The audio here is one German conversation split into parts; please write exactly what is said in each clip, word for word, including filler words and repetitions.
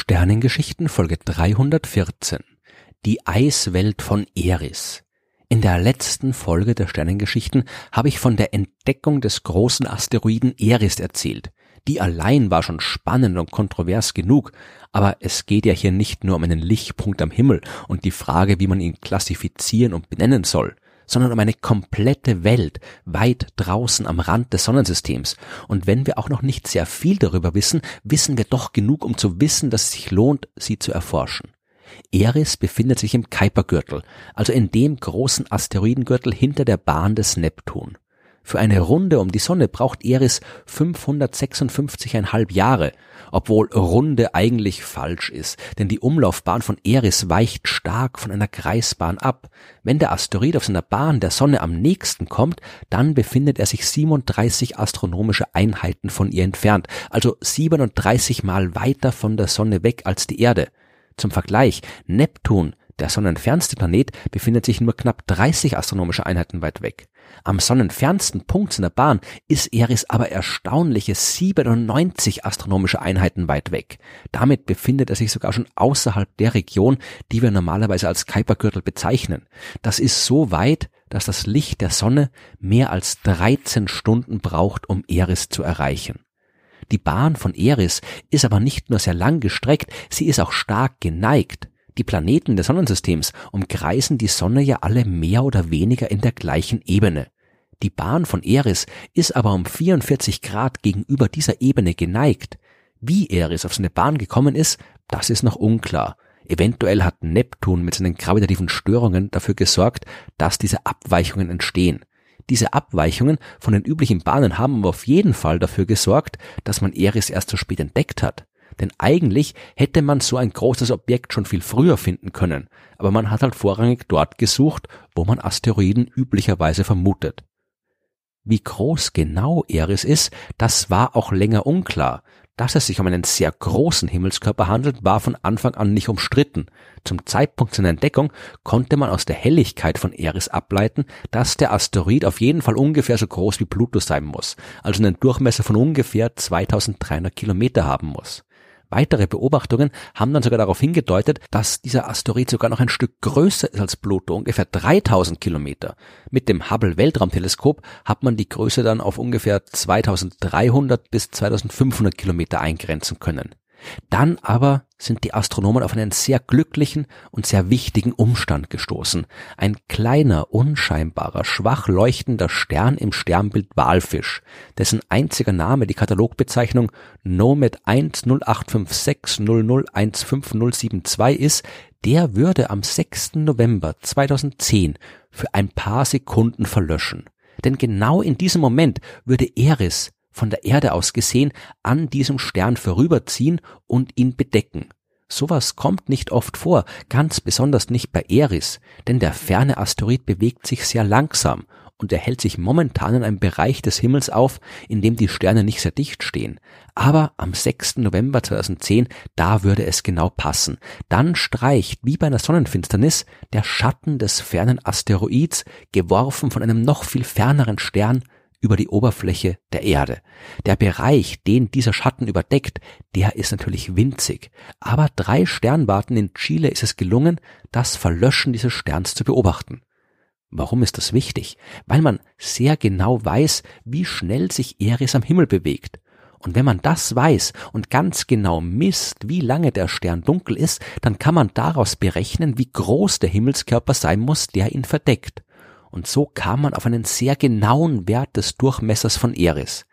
Sternengeschichten Folge dreihundertvierzehn. Die Eiswelt von Eris. In der letzten Folge der Sternengeschichten habe ich von der Entdeckung des großen Asteroiden Eris erzählt. Die allein war schon spannend und kontrovers genug, aber es geht ja hier nicht nur um einen Lichtpunkt am Himmel und die Frage, wie man ihn klassifizieren und benennen soll, sondern um eine komplette Welt, weit draußen am Rand des Sonnensystems. Und wenn wir auch noch nicht sehr viel darüber wissen, wissen wir doch genug, um zu wissen, dass es sich lohnt, sie zu erforschen. Eris befindet sich im Kuipergürtel, also in dem großen Asteroidengürtel hinter der Bahn des Neptun. Für eine Runde um die Sonne braucht Eris fünfhundertsechsundfünfzig Komma fünf Jahre, obwohl Runde eigentlich falsch ist, denn die Umlaufbahn von Eris weicht stark von einer Kreisbahn ab. Wenn der Asteroid auf seiner Bahn der Sonne am nächsten kommt, dann befindet er sich siebenunddreißig astronomische Einheiten von ihr entfernt, also siebenunddreißig Mal weiter von der Sonne weg als die Erde. Zum Vergleich, Neptun, der sonnenfernste Planet, befindet sich nur knapp dreißig astronomische Einheiten weit weg. Am sonnenfernsten Punkt seiner Bahn ist Eris aber erstaunliche siebenundneunzig astronomische Einheiten weit weg. Damit befindet er sich sogar schon außerhalb der Region, die wir normalerweise als Kuipergürtel bezeichnen. Das ist so weit, dass das Licht der Sonne mehr als dreizehn Stunden braucht, um Eris zu erreichen. Die Bahn von Eris ist aber nicht nur sehr lang gestreckt, sie ist auch stark geneigt. Die Planeten des Sonnensystems umkreisen die Sonne ja alle mehr oder weniger in der gleichen Ebene. Die Bahn von Eris ist aber um vierundvierzig Grad gegenüber dieser Ebene geneigt. Wie Eris auf seine Bahn gekommen ist, das ist noch unklar. Eventuell hat Neptun mit seinen gravitativen Störungen dafür gesorgt, dass diese Abweichungen entstehen. Diese Abweichungen von den üblichen Bahnen haben aber auf jeden Fall dafür gesorgt, dass man Eris erst so spät entdeckt hat. Denn eigentlich hätte man so ein großes Objekt schon viel früher finden können, aber man hat halt vorrangig dort gesucht, wo man Asteroiden üblicherweise vermutet. Wie groß genau Eris ist, das war auch länger unklar. Dass es sich um einen sehr großen Himmelskörper handelt, war von Anfang an nicht umstritten. Zum Zeitpunkt seiner Entdeckung konnte man aus der Helligkeit von Eris ableiten, dass der Asteroid auf jeden Fall ungefähr so groß wie Pluto sein muss, also einen Durchmesser von ungefähr zweitausenddreihundert Kilometer haben muss. Weitere Beobachtungen haben dann sogar darauf hingedeutet, dass dieser Asteroid sogar noch ein Stück größer ist als Pluto, ungefähr dreitausend Kilometer. Mit dem Hubble-Weltraumteleskop hat man die Größe dann auf ungefähr zweitausenddreihundert bis zweitausendfünfhundert Kilometer eingrenzen können. Dann aber sind die Astronomen auf einen sehr glücklichen und sehr wichtigen Umstand gestoßen. Ein kleiner, unscheinbarer, schwach leuchtender Stern im Sternbild Walfisch, dessen einziger Name die Katalogbezeichnung NOMAD eins null acht fünf sechs null null eins fünf null sieben zwei ist, der würde am sechsten November zweitausendzehn für ein paar Sekunden verlöschen. Denn genau in diesem Moment würde Eris von der Erde aus gesehen an diesem Stern vorüberziehen und ihn bedecken. Sowas kommt nicht oft vor, ganz besonders nicht bei Eris, denn der ferne Asteroid bewegt sich sehr langsam und er hält sich momentan in einem Bereich des Himmels auf, in dem die Sterne nicht sehr dicht stehen. Aber am sechsten November zweitausendzehn, da würde es genau passen. Dann streicht, wie bei einer Sonnenfinsternis, der Schatten des fernen Asteroids, geworfen von einem noch viel ferneren Stern, über die Oberfläche der Erde. Der Bereich, den dieser Schatten überdeckt, der ist natürlich winzig. Aber drei Sternwarten in Chile ist es gelungen, das Verlöschen dieses Sterns zu beobachten. Warum ist das wichtig? Weil man sehr genau weiß, wie schnell sich Eris am Himmel bewegt. Und wenn man das weiß und ganz genau misst, wie lange der Stern dunkel ist, dann kann man daraus berechnen, wie groß der Himmelskörper sein muss, der ihn verdeckt. Und so kam man auf einen sehr genauen Wert des Durchmessers von Eris.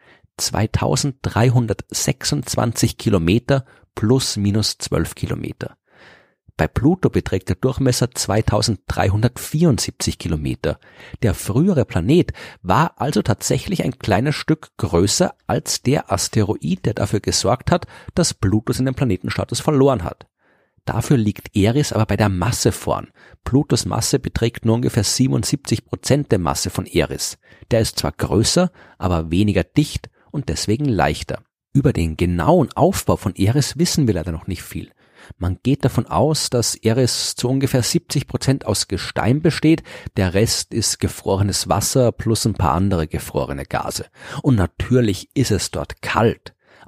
zweitausenddreihundertsechsundzwanzig Kilometer plus minus zwölf Kilometer. Bei Pluto beträgt der Durchmesser zweitausenddreihundertvierundsiebzig Kilometer. Der frühere Planet war also tatsächlich ein kleines Stück größer als der Asteroid, der dafür gesorgt hat, dass Pluto seinen Planetenstatus verloren hat. Dafür liegt Eris aber bei der Masse vorn. Plutos Masse beträgt nur ungefähr siebenundsiebzig Prozent der Masse von Eris. Der ist zwar größer, aber weniger dicht und deswegen leichter. Über den genauen Aufbau von Eris wissen wir leider noch nicht viel. Man geht davon aus, dass Eris zu ungefähr siebzig Prozent aus Gestein besteht, der Rest ist gefrorenes Wasser plus ein paar andere gefrorene Gase. Und natürlich ist es dort kalt.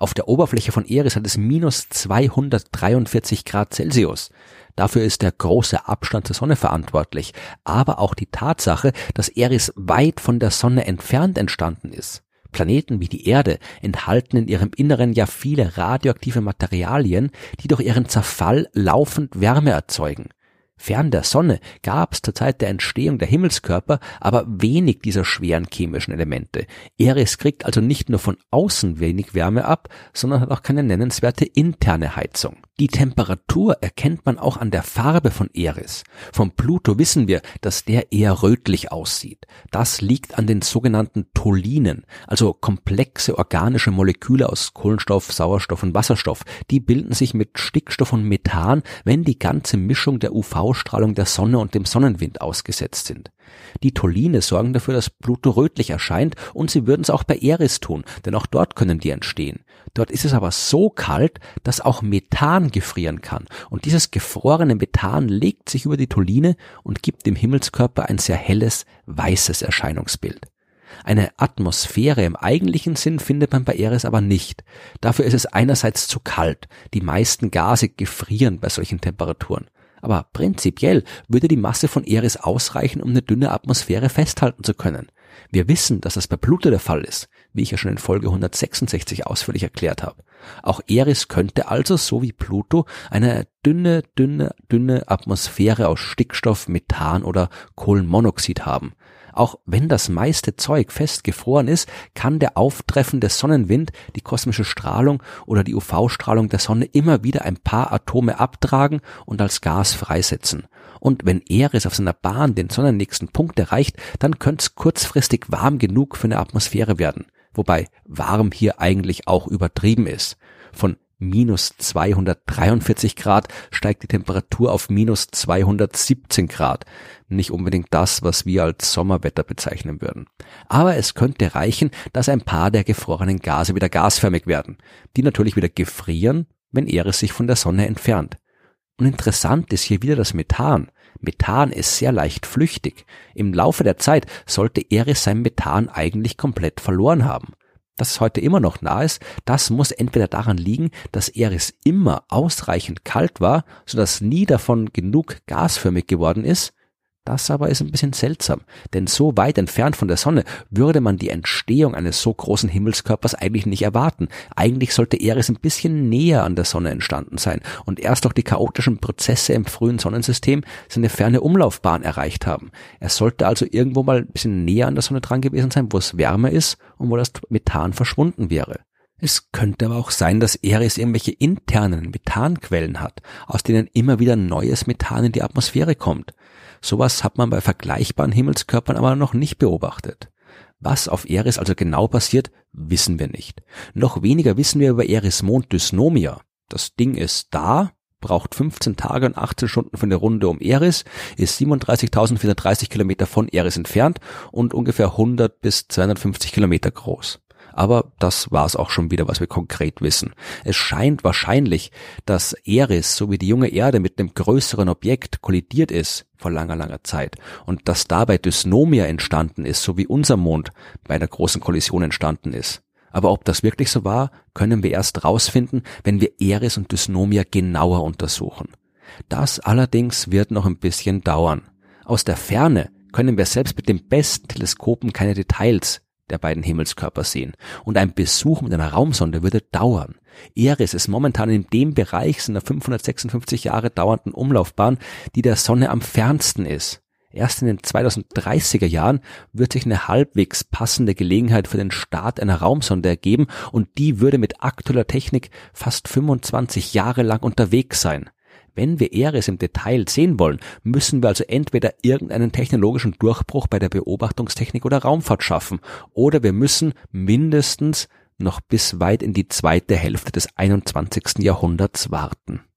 Auf der Oberfläche von Eris hat es minus zweihundertdreiundvierzig Grad Celsius. Dafür ist der große Abstand zur Sonne verantwortlich, aber auch die Tatsache, dass Eris weit von der Sonne entfernt entstanden ist. Planeten wie die Erde enthalten in ihrem Inneren ja viele radioaktive Materialien, die durch ihren Zerfall laufend Wärme erzeugen. Fern der Sonne gab es zur Zeit der Entstehung der Himmelskörper aber wenig dieser schweren chemischen Elemente. Eris kriegt also nicht nur von außen wenig Wärme ab, sondern hat auch keine nennenswerte interne Heizung. Die Temperatur erkennt man auch an der Farbe von Eris. Vom Pluto wissen wir, dass der eher rötlich aussieht. Das liegt an den sogenannten Tholinen, also komplexe organische Moleküle aus Kohlenstoff, Sauerstoff und Wasserstoff. Die bilden sich mit Stickstoff und Methan, wenn die ganze Mischung der U V-Strahlung der Sonne und dem Sonnenwind ausgesetzt sind. Die Tholine sorgen dafür, dass Pluto rötlich erscheint, und sie würden es auch bei Eris tun, denn auch dort können die entstehen. Dort ist es aber so kalt, dass auch Methan gefrieren kann, und dieses gefrorene Methan legt sich über die Tholine und gibt dem Himmelskörper ein sehr helles, weißes Erscheinungsbild. Eine Atmosphäre im eigentlichen Sinn findet man bei Eris aber nicht. Dafür ist es einerseits zu kalt, die meisten Gase gefrieren bei solchen Temperaturen. Aber prinzipiell würde die Masse von Eris ausreichen, um eine dünne Atmosphäre festhalten zu können. Wir wissen, dass das bei Pluto der Fall ist, wie ich ja schon in Folge hundertsechsundsechzig ausführlich erklärt habe. Auch Eris könnte also, so wie Pluto, eine dünne, dünne, dünne Atmosphäre aus Stickstoff, Methan oder Kohlenmonoxid haben. Auch wenn das meiste Zeug fest gefroren ist, kann der auftreffende Sonnenwind, die kosmische Strahlung oder die U V-Strahlung der Sonne immer wieder ein paar Atome abtragen und als Gas freisetzen. Und wenn Eris auf seiner Bahn den sonnennächsten Punkt erreicht, dann könnte es kurzfristig warm genug für eine Atmosphäre werden. Wobei warm hier eigentlich auch übertrieben ist. Von minus zweihundertdreiundvierzig Grad steigt die Temperatur auf minus zweihundertsiebzehn Grad. Nicht unbedingt das, was wir als Sommerwetter bezeichnen würden. Aber es könnte reichen, dass ein paar der gefrorenen Gase wieder gasförmig werden, die natürlich wieder gefrieren, wenn Eris sich von der Sonne entfernt. Und interessant ist hier wieder das Methan. Methan ist sehr leicht flüchtig. Im Laufe der Zeit sollte Eris sein Methan eigentlich komplett verloren haben. Dass es heute immer noch nah ist, das muss entweder daran liegen, dass Eris immer ausreichend kalt war, sodass nie davon genug gasförmig geworden ist. Das aber ist ein bisschen seltsam, denn so weit entfernt von der Sonne würde man die Entstehung eines so großen Himmelskörpers eigentlich nicht erwarten. Eigentlich sollte Eris ein bisschen näher an der Sonne entstanden sein und erst durch die chaotischen Prozesse im frühen Sonnensystem seine ferne Umlaufbahn erreicht haben. Er sollte also irgendwo mal ein bisschen näher an der Sonne dran gewesen sein, wo es wärmer ist und wo das Methan verschwunden wäre. Es könnte aber auch sein, dass Eris irgendwelche internen Methanquellen hat, aus denen immer wieder neues Methan in die Atmosphäre kommt. Sowas hat man bei vergleichbaren Himmelskörpern aber noch nicht beobachtet. Was auf Eris also genau passiert, wissen wir nicht. Noch weniger wissen wir über Eris Mond Dysnomia. Das Ding ist da, braucht fünfzehn Tage und achtzehn Stunden für eine Runde um Eris, ist siebenunddreißigtausendvierhundertdreißig Kilometer von Eris entfernt und ungefähr hundert bis zweihundertfünfzig Kilometer groß. Aber das war's auch schon wieder, was wir konkret wissen. Es scheint wahrscheinlich, dass Eris so wie die junge Erde mit einem größeren Objekt kollidiert ist vor langer, langer Zeit und dass dabei Dysnomia entstanden ist, so wie unser Mond bei einer großen Kollision entstanden ist. Aber ob das wirklich so war, können wir erst rausfinden, wenn wir Eris und Dysnomia genauer untersuchen. Das allerdings wird noch ein bisschen dauern. Aus der Ferne können wir selbst mit den besten Teleskopen keine Details der beiden Himmelskörper sehen. Und ein Besuch mit einer Raumsonde würde dauern. Eris ist momentan in dem Bereich seiner fünfhundertsechsundfünfzig Jahre dauernden Umlaufbahn, die der Sonne am fernsten ist. Erst in den zweitausenddreißiger Jahren wird sich eine halbwegs passende Gelegenheit für den Start einer Raumsonde ergeben und die würde mit aktueller Technik fast fünfundzwanzig Jahre lang unterwegs sein. Wenn wir Eris im Detail sehen wollen, müssen wir also entweder irgendeinen technologischen Durchbruch bei der Beobachtungstechnik oder Raumfahrt schaffen, oder wir müssen mindestens noch bis weit in die zweite Hälfte des einundzwanzigsten Jahrhunderts warten.